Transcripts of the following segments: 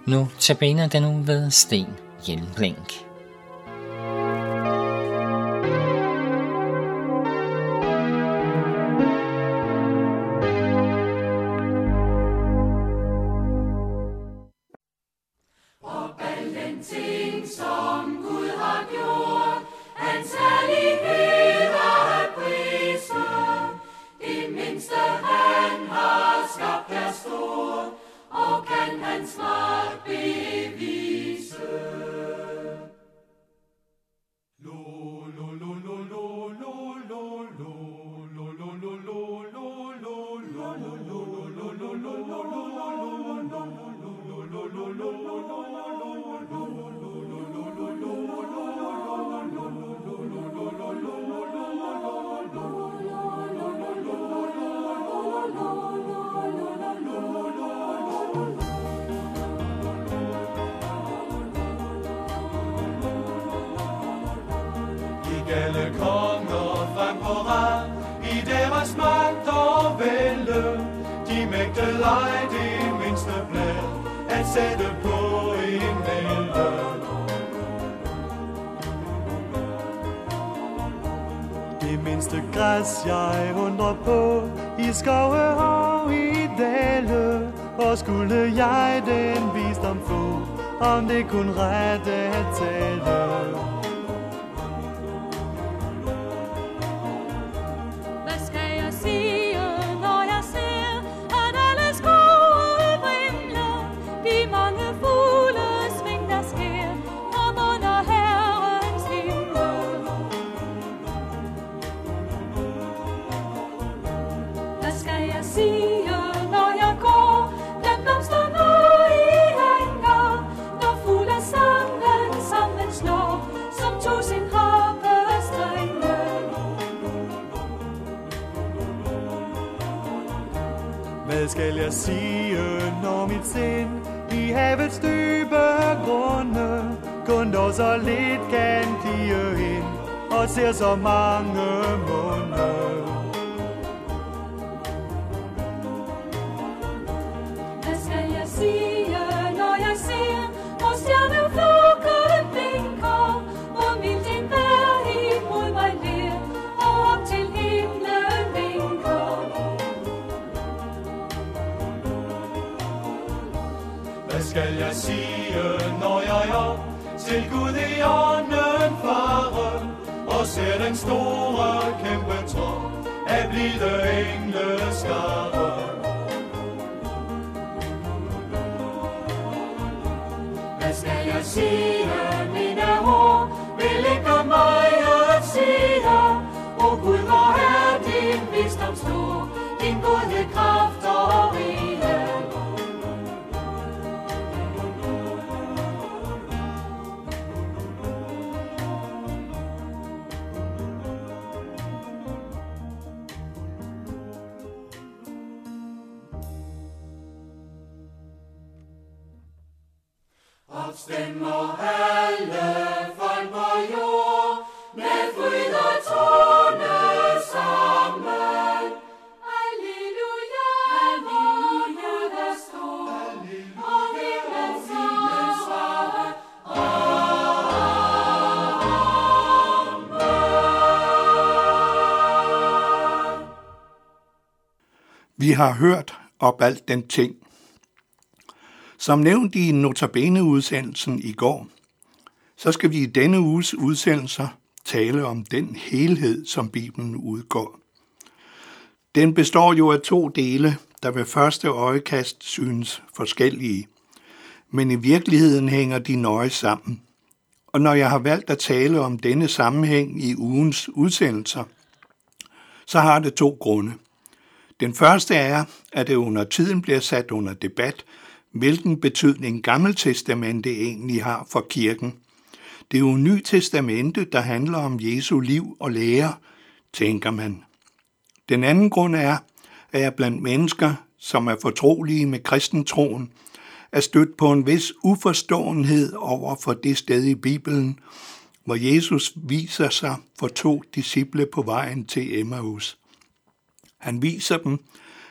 Nu tabiner den nu ved Sten Hjelmblink. Alle konger frem på rad, i deres magt og vælde, de mægte leg det mindste blad, at sætte på en mælde. Det mindste græs jeg undrer på, i skove og i dale, hvor skulle jeg den visdom få, om det kun rette at tale. Hvad skal jeg sige, når mit sind i havets dybe grunde kun dog så lidt kan klige ind og ser så mange munde? Hvad skal jeg sige, når jeg ser, hvor stjerneflokken blinker, hvor mildt en vejr imod mig ler, og op til himlen vinker? Hvad skal jeg sige, når jeg op til Gud i ånden fare, og ser den store kæmpe trop af blide engleskare? Hvad skal jeg sige, mine ord vil ikke mig at sige? O Gud, hvor er din visdom stor, din godhed, kraft og rige. Opstemmer alle folk på jord, med fryd og tone sammen. Halleluja, halleluja, der står, og himlen svarer, Amen. Vi har hørt op alt den ting. Som nævnt i Notabene-udsendelsen i går, så skal vi i denne uges udsendelser tale om den helhed, som Bibelen udgår. Den består jo af 2 dele, der ved første øjekast synes forskellige, men i virkeligheden hænger de nøje sammen. Og når jeg har valgt at tale om denne sammenhæng i ugens udsendelser, så har det 2 grunde. Den første er, at det under tiden bliver sat under debat, hvilken betydning Gammeltestamentet egentlig har for kirken. Det er jo Nye Testamente, der handler om Jesu liv og lære, tænker man. Den anden grund er, at jeg blandt mennesker, som er fortrolige med kristentroen, er stødt på en vis uforståenhed over for det sted i Bibelen, hvor Jesus viser sig for 2 disciple på vejen til Emmaus. Han viser dem,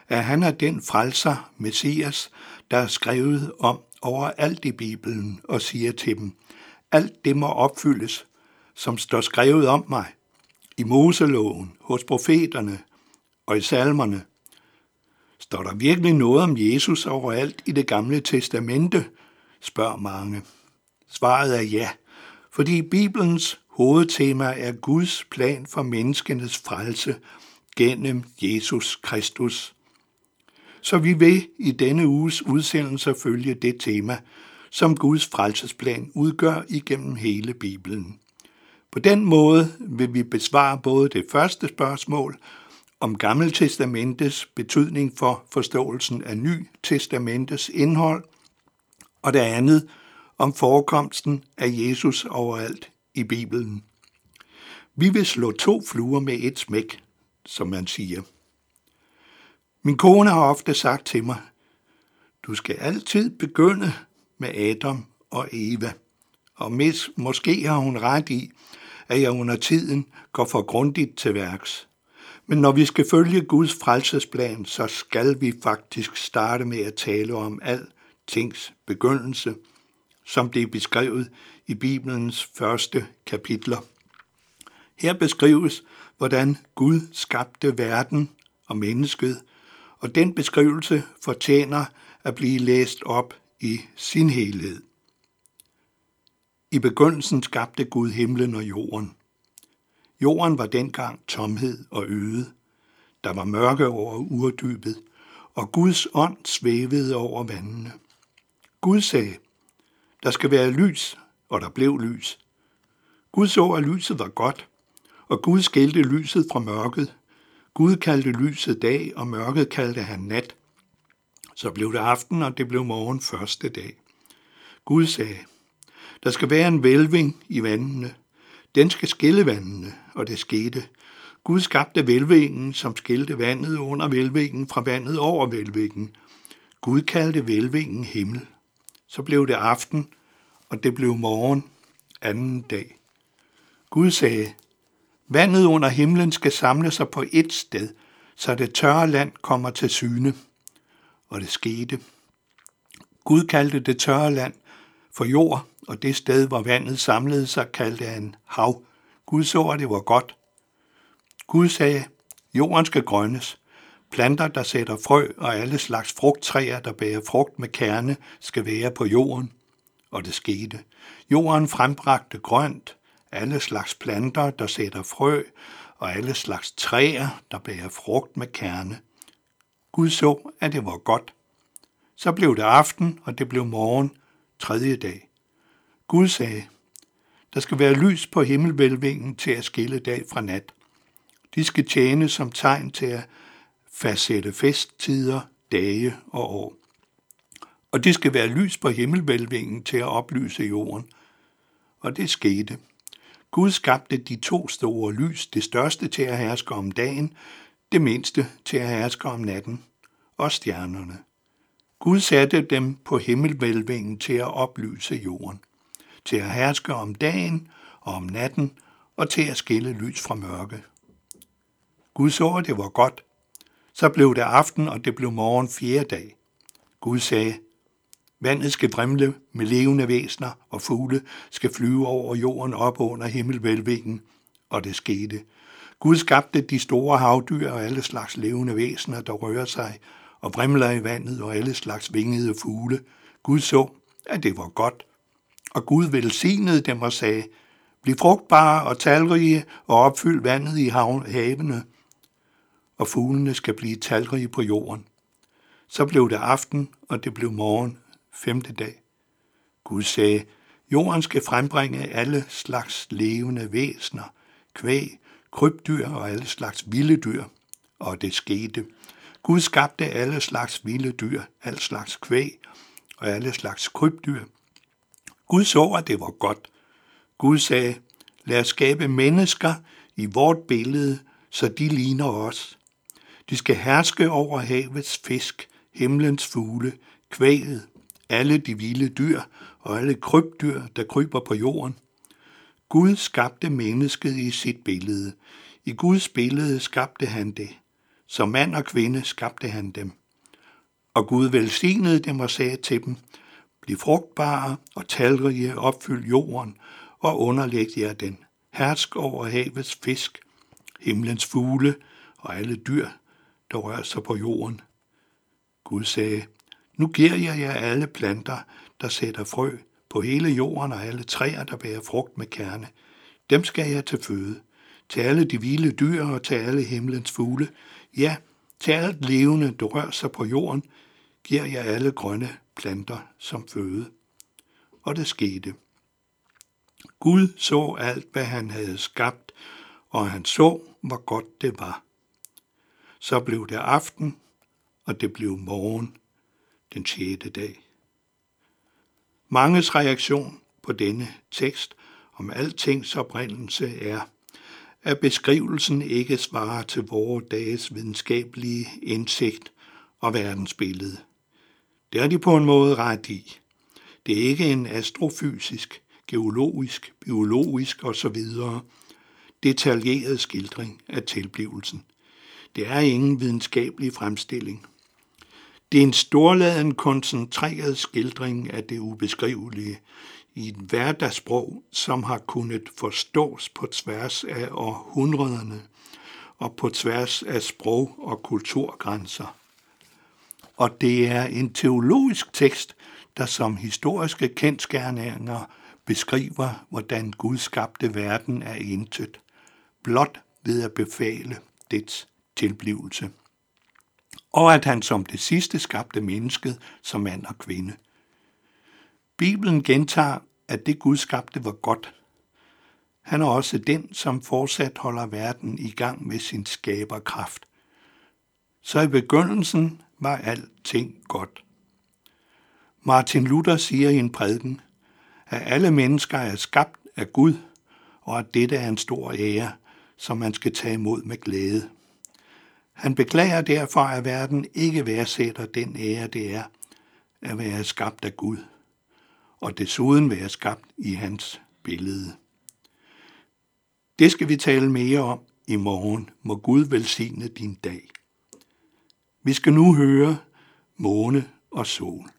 at han er den frelser, Messias, der er skrevet om overalt i Bibelen, og siger til dem, alt det må opfyldes, som står skrevet om mig, i Moseloven, hos profeterne og i salmerne. Står der virkelig noget om Jesus overalt i Det Gamle Testamente, spørger mange. Svaret er ja, fordi Bibelens hovedtema er Guds plan for menneskenes frelse gennem Jesus Kristus. Så vi vil i denne uges udsendelse følge det tema, som Guds frelsesplan udgør igennem hele Bibelen. På den måde vil vi besvare både det første spørgsmål om Gammeltestamentets betydning for forståelsen af Ny Testamentets indhold, og det andet om forekomsten af Jesus overalt i Bibelen. Vi vil slå 2 fluer med et smæk, som man siger. Min kone har ofte sagt til mig, du skal altid begynde med Adam og Eva, og måske har hun ret i, at jeg under tiden går for grundigt til værks. Men når vi skal følge Guds frelsesplan, så skal vi faktisk starte med at tale om al tings begyndelse, som det er beskrevet i Bibelens første kapitler. Her beskrives, hvordan Gud skabte verden og mennesket, og den beskrivelse fortjener at blive læst op i sin helhed. I begyndelsen skabte Gud himlen og jorden. Jorden var dengang tomhed og øde. Der var mørke over urdybet, og Guds ånd svævede over vandene. Gud sagde, der skal være lys, og der blev lys. Gud så, at lyset var godt, og Gud skilte lyset fra mørket. Gud kaldte lyset dag, og mørket kaldte han nat. Så blev det aften, og det blev morgen første dag. Gud sagde, der skal være en hvælving i vandene. Den skal skille vandene, og det skete. Gud skabte hvælvingen, som skilte vandet under hvælvingen fra vandet over hvælvingen. Gud kaldte hvælvingen himmel. Så blev det aften, og det blev morgen anden dag. Gud sagde, vandet under himlen skal samle sig på ét sted, så det tørre land kommer til syne. Og det skete. Gud kaldte det tørre land for jord, og det sted, hvor vandet samlede sig, kaldte han hav. Gud så, at det var godt. Gud sagde, jorden skal grønnes. Planter, der sætter frø, og alle slags frugttræer, der bærer frugt med kerne, skal være på jorden. Og det skete. Jorden frembragte grønt, alle slags planter, der sætter frø, og alle slags træer, der bærer frugt med kerne. Gud så, at det var godt. Så blev det aften, og det blev morgen, tredje dag. Gud sagde, der skal være lys på himmelvælvingen til at skille dag fra nat. De skal tjene som tegn til at fastsætte festtider, dage og år. Og det skal være lys på himmelvælvingen til at oplyse jorden. Og det skete. Gud skabte de 2 store lys, det største til at herske om dagen, det mindste til at herske om natten, og stjernerne. Gud satte dem på himmelvælvingen til at oplyse jorden, til at herske om dagen og om natten, og til at skille lys fra mørke. Gud så, at det var godt. Så blev det aften, og det blev morgen 4. dag. Gud sagde, vandet skal vrimle med levende væsener, og fugle skal flyve over jorden op under himmelvælvingen, og det skete. Gud skabte de store havdyr og alle slags levende væsener, der rører sig og vrimler i vandet, og alle slags vingede fugle. Gud så, at det var godt. Og Gud velsignede dem og sagde, bliv frugtbare og talrige og opfyld vandet i havene, og fuglene skal blive talrige på jorden. Så blev det aften, og det blev morgen 5. dag. Gud sagde, jorden skal frembringe alle slags levende væsener, kvæg, krybdyr og alle slags vilde dyr. Og det skete. Gud skabte alle slags vilde dyr, alle slags kvæg og alle slags krybdyr. Gud så, at det var godt. Gud sagde, lad os skabe mennesker i vort billede, så de ligner os. De skal herske over havets fisk, himlens fugle, kvæget, alle de vilde dyr og alle krybdyr, der kryber på jorden. Gud skabte mennesket i sit billede. I Guds billede skabte han det. Som mand og kvinde skabte han dem. Og Gud velsignede dem og sagde til dem, bliv frugtbare og talrige, opfyld jorden og underlæg jer den. Hersk over havets fisk, himlens fugle og alle dyr, der rører sig på jorden. Gud sagde, nu giver jeg jer alle planter, der sætter frø på hele jorden og alle træer, der bærer frugt med kerne. Dem skal jeg til føde. Til alle de vilde dyr og til alle himlens fugle. Ja, til alt levende, der rører sig på jorden, giver jeg alle grønne planter som føde. Og det skete. Gud så alt, hvad han havde skabt, og han så, hvor godt det var. Så blev det aften, og det blev morgen, den 6. dag. Manges reaktion på denne tekst om altings oprindelse er, at beskrivelsen ikke svarer til vore dages videnskabelige indsigt og verdensbillede. Det er de på en måde ret i. Det er ikke en astrofysisk, geologisk, biologisk osv. detaljeret skildring af tilblivelsen. Det er ingen videnskabelig fremstilling. Det er en storladen, koncentreret skildring af det ubeskrivelige i et hverdagssprog, som har kunnet forstås på tværs af århundrederne og på tværs af sprog- og kulturgrænser. Og det er en teologisk tekst, der som historiske kendsgerninger beskriver, hvordan Gud skabte verden af intet, blot ved at befale dets tilblivelse. Og at han som det sidste skabte mennesket som mand og kvinde. Bibelen gentager, at det Gud skabte var godt. Han er også den, som fortsat holder verden i gang med sin skaberkraft. Så i begyndelsen var alting godt. Martin Luther siger i en prædiken, at alle mennesker er skabt af Gud, og at dette er en stor ære, som man skal tage imod med glæde. Han beklager derfor, at verden ikke værdsætter den ære, det er at være skabt af Gud, og desuden være skabt i hans billede. Det skal vi tale mere om i morgen. Må Gud velsigne din dag. Vi skal nu høre måne og sol.